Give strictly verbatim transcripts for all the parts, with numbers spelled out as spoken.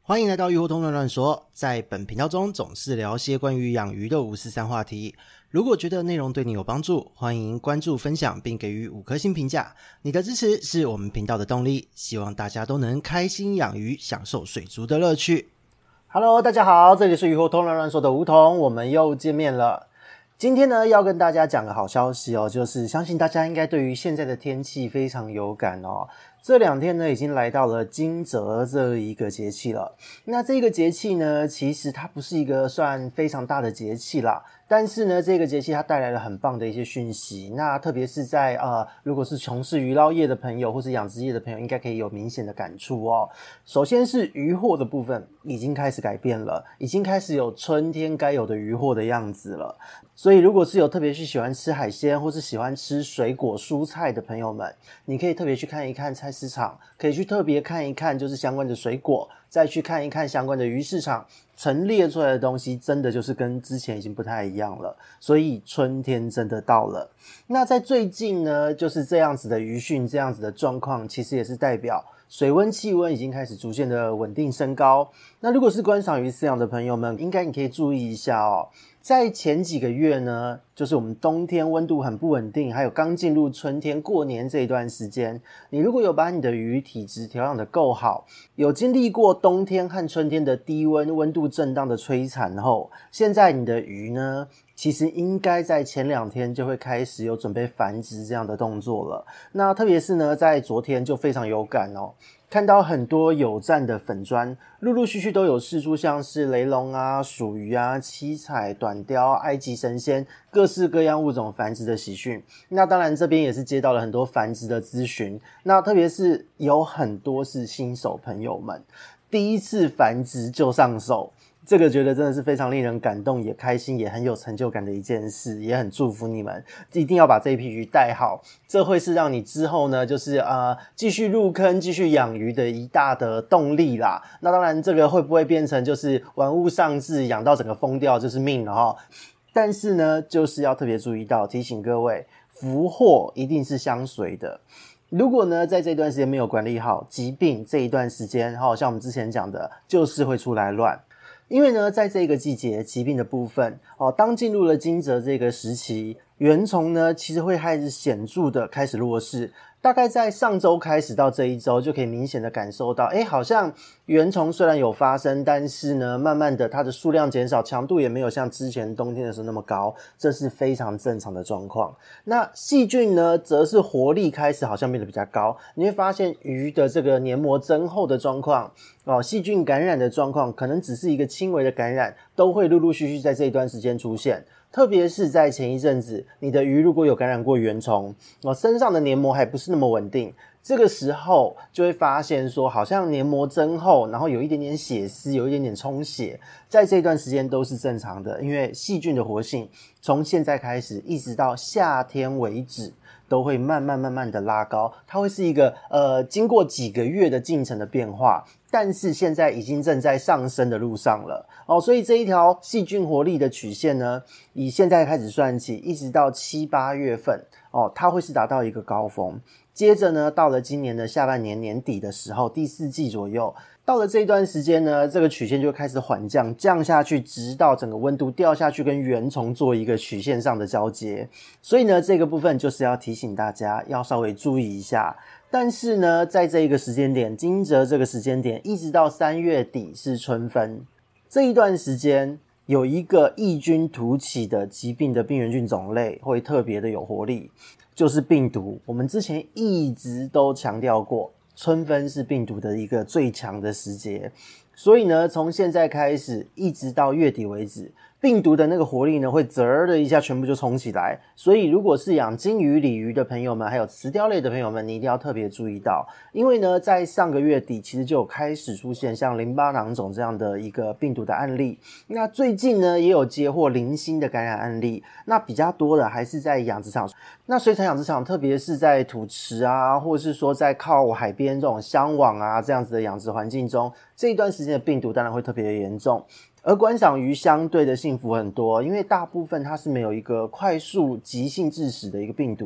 欢迎来到鱼活通乱乱说，在本频道中总是聊些关于养鱼的五四三话题。如果觉得内容对你有帮助，欢迎关注分享并给予五颗星评价，你的支持是我们频道的动力，希望大家都能开心养鱼，享受水族的乐趣。Hello， 大家好，这里是鱼活通乱乱说的梧桐，我们又见面了。今天呢，要跟大家讲个好消息哦，就是相信大家应该对于现在的天气非常有感哦。这两天呢，已经来到了惊蛰这一个节气了。那这个节气呢，其实它不是一个算非常大的节气啦，但是呢，这个节气它带来了很棒的一些讯息。那特别是在呃，如果是从事渔捞业的朋友或是养殖业的朋友，应该可以有明显的感触哦。首先是渔获的部分已经开始改变了，已经开始有春天该有的渔获的样子了。所以如果是有特别是喜欢吃海鲜或是喜欢吃水果蔬菜的朋友们，你可以特别去看一看菜市场，可以去特别看一看就是相关的水果，再去看一看相关的鱼市场，陈列出来的东西真的就是跟之前已经不太一样了，所以春天真的到了。那在最近呢，就是这样子的鱼汛，这样子的状况，其实也是代表水温气温已经开始逐渐的稳定升高。那如果是观赏鱼饲养的朋友们，应该你可以注意一下哦，在前几个月呢，就是我们冬天温度很不稳定，还有刚进入春天过年这一段时间，你如果有把你的鱼体质调养的够好，有经历过冬天和春天的低温温度震荡的摧残后，现在你的鱼呢，其实应该在前两天就会开始有准备繁殖这样的动作了。那特别是呢，在昨天就非常有感哦，看到很多有赞的粉专陆陆续续都有释出像是雷龙啊、鼠鱼啊、七彩、短鲷、埃及神仙各式各样物种繁殖的喜讯。那当然这边也是接到了很多繁殖的咨询，那特别是有很多是新手朋友们第一次繁殖就上手，这个觉得真的是非常令人感动，也开心，也很有成就感的一件事，也很祝福你们，一定要把这一批鱼带好，这会是让你之后呢，就是呃继续入坑、继续养鱼的一大的动力啦。那当然，这个会不会变成就是玩物丧志，养到整个疯掉就是命了哈？但是呢，就是要特别注意到，提醒各位，福祸一定是相随的。如果呢，在这段时间没有管理好，疾病这一段时间，好像我们之前讲的，就是会出来乱。因为呢，在这个季节，疾病的部分哦，当进入了惊蛰这个时期，原虫呢其实会开始显著的开始弱势。大概在上周开始到这一周，就可以明显的感受到，诶，好像原虫虽然有发生，但是呢，慢慢的它的数量减少，强度也没有像之前冬天的时候那么高，这是非常正常的状况。那细菌呢，则是活力开始好像变得比较高，你会发现鱼的这个黏膜增厚的状况，哦，细菌感染的状况，可能只是一个轻微的感染，都会陆陆续续在这一段时间出现。特别是在前一阵子，你的鱼如果有感染过原虫，哦，身上的黏膜还不是那么稳定，这个时候就会发现说，好像黏膜增厚，然后有一点点血丝，有一点点充血，在这段时间都是正常的，因为细菌的活性从现在开始一直到夏天为止，都会慢慢慢慢的拉高，它会是一个呃经过几个月的进程的变化，但是现在已经正在上升的路上了哦，所以这一条细菌活力的曲线呢，以现在开始算起，一直到七八月份哦，它会是达到一个高峰。接着呢，到了今年的下半年年底的时候，第四季左右，到了这一段时间呢，这个曲线就开始缓降，降下去，直到整个温度掉下去，跟原虫做一个曲线上的交接。所以呢，这个部分就是要提醒大家要稍微注意一下。但是呢，在这一个时间点，惊蛰这个时间点，一直到三月底是春分，这一段时间有一个异军突起的疾病的病原菌种类会特别的有活力，就是病毒。我们之前一直都强调过，春分是病毒的一个最强的时节，所以呢，从现在开始一直到月底为止，病毒的那个活力呢会啧儿的一下全部就冲起来。所以如果是养金鱼、鲤鱼的朋友们，还有慈鲷类的朋友们，你一定要特别注意到，因为呢在上个月底其实就有开始出现像淋巴囊肿这样的一个病毒的案例，那最近呢也有接获零星的感染案例，那比较多的还是在养殖场，那水产养殖场特别是在土池啊，或者是说在靠海边这种箱网啊这样子的养殖环境中，这一段时间的病毒当然会特别的严重。而观赏鱼相对的幸福很多，因为大部分它是没有一个快速急性致死的一个病毒，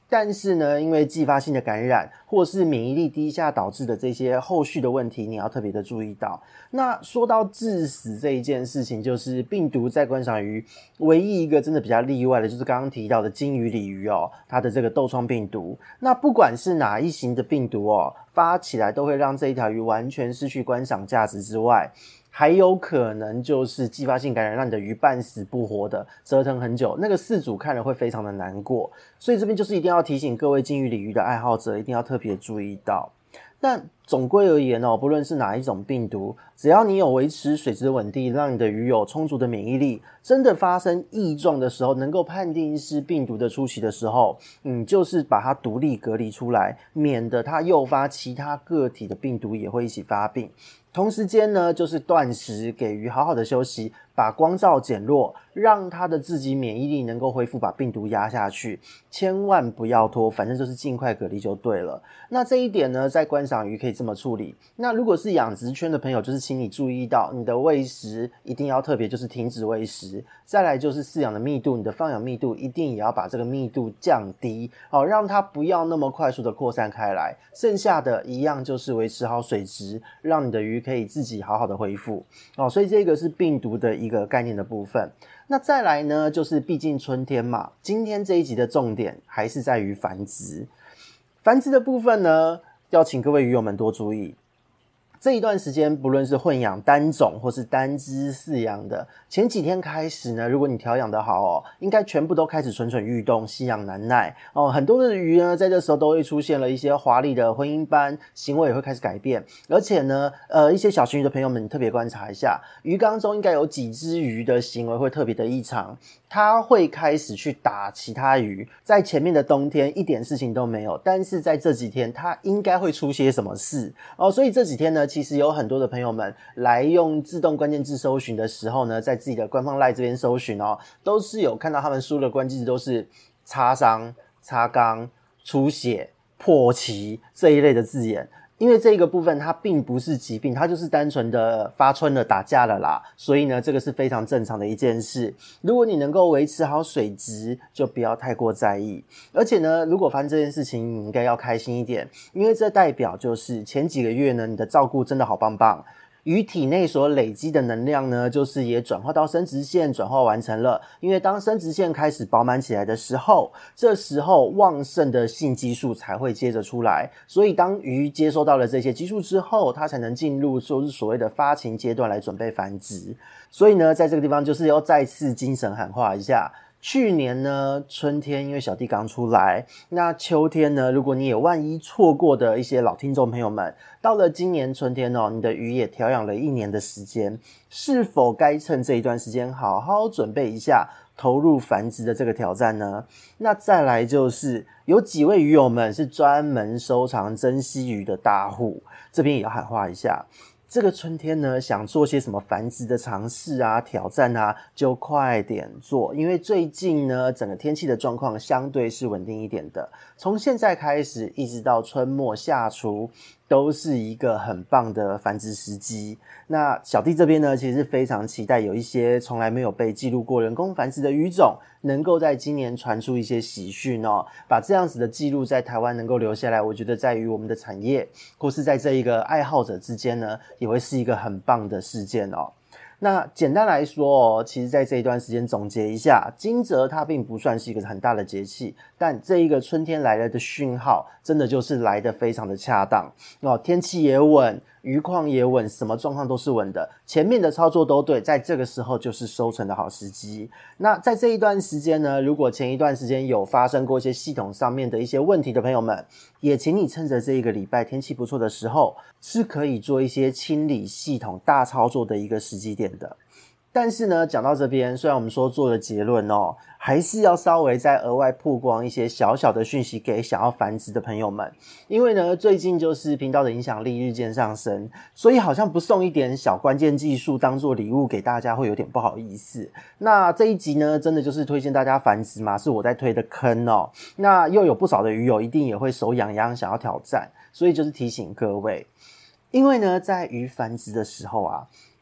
但是呢，因为继发性的感染或是免疫力低下导致的这些后续的问题，你要特别的注意到。那说到致死这一件事情，就是病毒在观赏鱼唯一一个真的比较例外的，就是刚刚提到的金鱼鲤鱼哦，它的这个痘疮病毒。那不管是哪一型的病毒哦，发起来都会让这一条鱼完全失去观赏价值之外，还有可能就是继发性感染让你的鱼半死不活的折腾很久，那个饲主看了会非常的难过。所以这边就是一定要提醒各位金鱼鲤鱼的爱好者，一定要特别注意到。但总归而言哦，不论是哪一种病毒，只要你有维持水质的稳定，让你的鱼有充足的免疫力，真的发生异状的时候，能够判定是病毒的初期的时候，嗯，就是把它独立隔离出来，免得它诱发其他个体的病毒也会一起发病。同时间呢，就是断食，给鱼好好的休息，把光照减弱，让它的自己免疫力能够恢复，把病毒压下去。千万不要拖，反正就是尽快隔离就对了。那这一点呢，在观赏鱼可以这么处理。那如果是养殖圈的朋友，就是请你注意到你的喂食一定要特别，就是停止喂食。再来就是饲养的密度，你的放养密度一定也要把这个密度降低，好，让它不要那么快速的扩散开来。剩下的一样就是维持好水质，让你的鱼可以自己好好的恢复。哦，所以这个是病毒的一个概念的部分。那再来呢，就是毕竟春天嘛，今天这一集的重点还是在于繁殖。繁殖的部分呢，要请各位鱼友们多注意。这一段时间，不论是混养单种或是单只饲养的，前几天开始呢，如果你调养的好哦，应该全部都开始蠢蠢欲动，夕阳难耐哦。很多的鱼呢，在这时候都会出现了一些华丽的婚姻斑，行为也会开始改变。而且呢，呃，一些小型鱼的朋友们，你特别观察一下，鱼缸中应该有几只鱼的行为会特别的异常，它会开始去打其他鱼。在前面的冬天一点事情都没有，但是在这几天，它应该会出些什么事哦。所以这几天呢，其实有很多的朋友们来用自动关键字搜寻的时候呢，在自己的官方 LINE 这边搜寻哦，都是有看到他们输的关键字都是擦伤、擦缸、出血、破鳍这一类的字眼。因为这个部分它并不是疾病，它就是单纯的发春了、打架了啦，所以呢，这个是非常正常的一件事。如果你能够维持好水质，就不要太过在意。而且呢，如果发生这件事情，你应该要开心一点，因为这代表就是前几个月呢，你的照顾真的好棒棒。鱼体内所累积的能量呢，就是也转化到生殖腺，转化完成了。因为当生殖腺开始饱满起来的时候，这时候旺盛的性激素才会接着出来。所以当鱼接收到了这些激素之后，它才能进入就是所谓的发情阶段来准备繁殖。所以呢，在这个地方就是要再次精神喊话一下。去年呢，春天因为小弟刚出来，那秋天呢，如果你有万一错过的一些老听众朋友们，到了今年春天哦，你的鱼也调养了一年的时间，是否该趁这一段时间好好准备一下投入繁殖的这个挑战呢？那再来就是有几位鱼友们是专门收藏珍稀鱼的大户，这边也要喊话一下。这个春天呢，想做些什么繁殖的尝试啊、挑战啊，就快点做。因为最近呢，整个天气的状况相对是稳定一点的。从现在开始，一直到春末夏初，都是一个很棒的繁殖时机。那小弟这边呢，其实非常期待有一些从来没有被记录过人工繁殖的鱼种，能够在今年传出一些喜讯哦，把这样子的记录在台湾能够留下来，我觉得在于我们的产业或是在这一个爱好者之间呢，也会是一个很棒的事件哦。那简单来说哦，其实在这一段时间总结一下，惊蛰它并不算是一个很大的节气，但这一个春天来了的讯号真的就是来得非常的恰当哦，天气也稳，鱼况也稳，什么状况都是稳的，前面的操作都对，在这个时候就是收成的好时机。那在这一段时间呢，如果前一段时间有发生过一些系统上面的一些问题的朋友们，也请你趁着这一个礼拜天气不错的时候，是可以做一些清理系统大操作的一个时机点的。但是呢，讲到这边，虽然我们说做了结论哦，还是要稍微再额外曝光一些小小的讯息给想要繁殖的朋友们。因为呢，最近就是频道的影响力日渐上升，所以好像不送一点小关键技术当做礼物给大家会有点不好意思。那这一集呢，真的就是推荐大家繁殖嘛，是我在推的坑哦。那又有不少的鱼友一定也会手痒痒想要挑战，所以就是提醒各位，因为呢，在鱼繁殖的时候啊，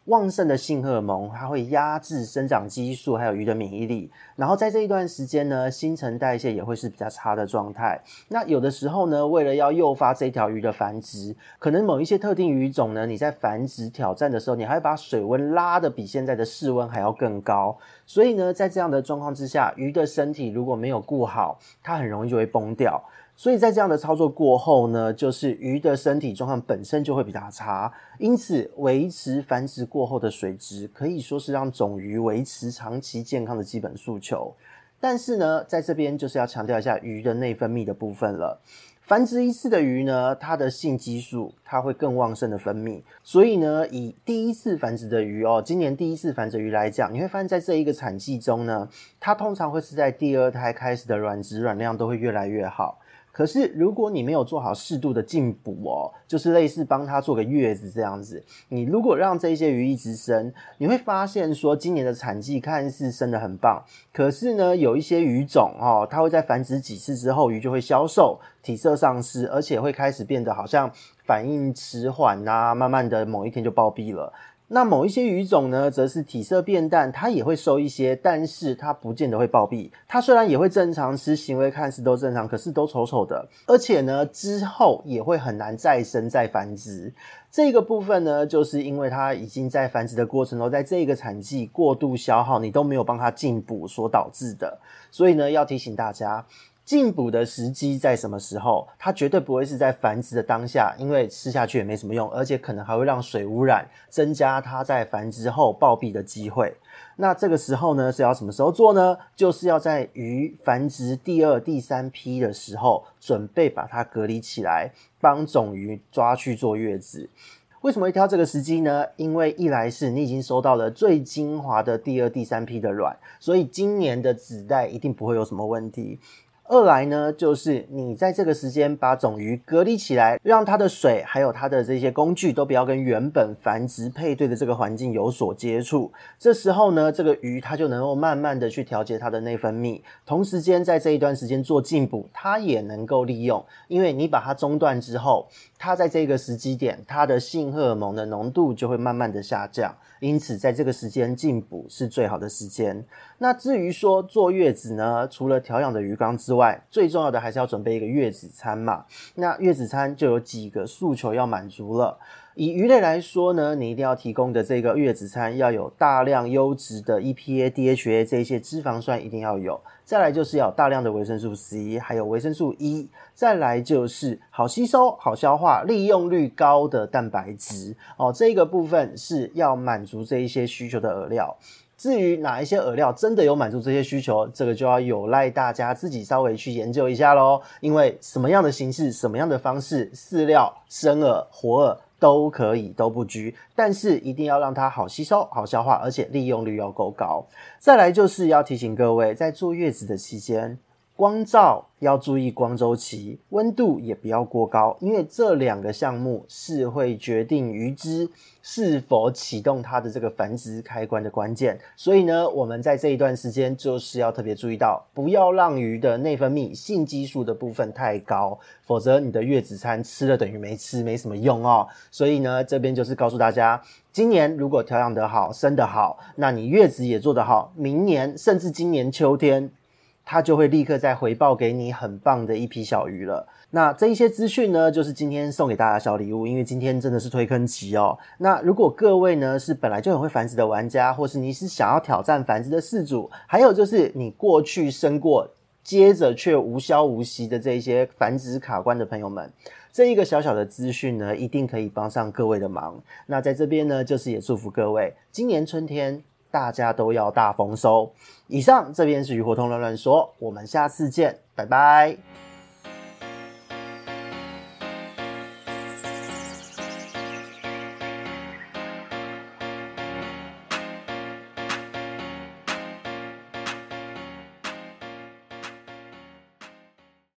旺盛的性荷尔蒙它会压制生长激素还有鱼的免疫力，然后在这一段时间呢，新陈代谢也会是比较差的状态。那有的时候呢，为了要诱发这条鱼的繁殖，可能某一些特定鱼种呢，你在繁殖挑战的时候，你还会把水温拉得比现在的室温还要更高，所以呢，在这样的状况之下，鱼的身体如果没有顾好，它很容易就会崩掉。所以在这样的操作过后呢，就是鱼的身体状况本身就会比较差，因此维持繁殖过后的水质可以说是让种鱼维持长期健康的基本诉求。但是呢，在这边就是要强调一下鱼的内分泌的部分了。繁殖一次的鱼呢，它的性激素它会更旺盛的分泌，所以呢，以第一次繁殖的鱼哦，今年第一次繁殖鱼来讲，你会发现在这一个产季中呢，它通常会是在第二胎开始的卵质卵量都会越来越好。可是如果你没有做好适度的进补哦，就是类似帮它做个月子这样子，你如果让这些鱼一直生，你会发现说今年的产季看似生得很棒，可是呢有一些鱼种哦，它会在繁殖几次之后鱼就会消瘦，体色丧失，而且会开始变得好像反应迟缓啊，慢慢的某一天就暴毙了。那某一些鱼种呢，则是体色变淡，它也会瘦一些，但是它不见得会暴毙。它虽然也会正常吃，行为看似都正常，可是都丑丑的，而且呢，之后也会很难再生再繁殖。这个部分呢，就是因为它已经在繁殖的过程中，在这个产季过度消耗，你都没有帮它进补所导致的。所以呢，要提醒大家，进补的时机在什么时候？它绝对不会是在繁殖的当下，因为吃下去也没什么用，而且可能还会让水污染，增加它在繁殖后暴毙的机会。那这个时候呢，是要什么时候做呢？就是要在鱼繁殖第二、第三批的时候，准备把它隔离起来，帮种鱼抓去坐月子。为什么会挑这个时机呢？因为一来是你已经收到了最精华的第二、第三批的卵，所以今年的子代一定不会有什么问题。二来呢，就是你在这个时间把种鱼隔离起来，让它的水还有它的这些工具都不要跟原本繁殖配对的这个环境有所接触。这时候呢，这个鱼它就能够慢慢的去调节它的内分泌，同时间在这一段时间做进补，它也能够利用，因为你把它中断之后，它在这个时机点，它的性荷尔蒙的浓度就会慢慢的下降，因此在这个时间进补是最好的时间。那至于说坐月子呢，除了调养的鱼缸之外，最重要的还是要准备一个月子餐嘛。那月子餐就有几个诉求要满足了。以鱼类来说呢，你一定要提供的这个月子餐要有大量优质的 E P A、D H A 这些脂肪酸一定要有，再来就是要有大量的维生素 C， 还有维生素 E， 再来就是好吸收、好消化、利用率高的蛋白质哦，这个部分是要满足这一些需求的饵料。至于哪一些饵料真的有满足这些需求，这个就要有赖大家自己稍微去研究一下咯，因为什么样的形式、什么样的方式，饲料、生饵、活饵都可以，都不拘，但是一定要让它好吸收、好消化，而且利用率要够高。再来就是要提醒各位，在坐月子的期间，光照要注意光周期，温度也不要过高，因为这两个项目是会决定鱼只是否启动它的这个繁殖开关的关键。所以呢，我们在这一段时间就是要特别注意到，不要让鱼的内分泌、性激素的部分太高，否则你的月子餐吃了等于没吃，没什么用哦。所以呢，这边就是告诉大家，今年如果调养得好、生得好，那你月子也做得好，明年甚至今年秋天它就会立刻再回报给你很棒的一批小鱼了。那这一些资讯呢，就是今天送给大家的小礼物，因为今天真的是推坑期哦。那如果各位呢是本来就很会繁殖的玩家，或是你是想要挑战繁殖的饲主，还有就是你过去生过接着却无消无息的这一些繁殖卡关的朋友们，这一个小小的资讯呢，一定可以帮上各位的忙。那在这边呢，就是也祝福各位今年春天大家都要大丰收。以上这边是鱼活通乱乱说，我们下次见，拜拜。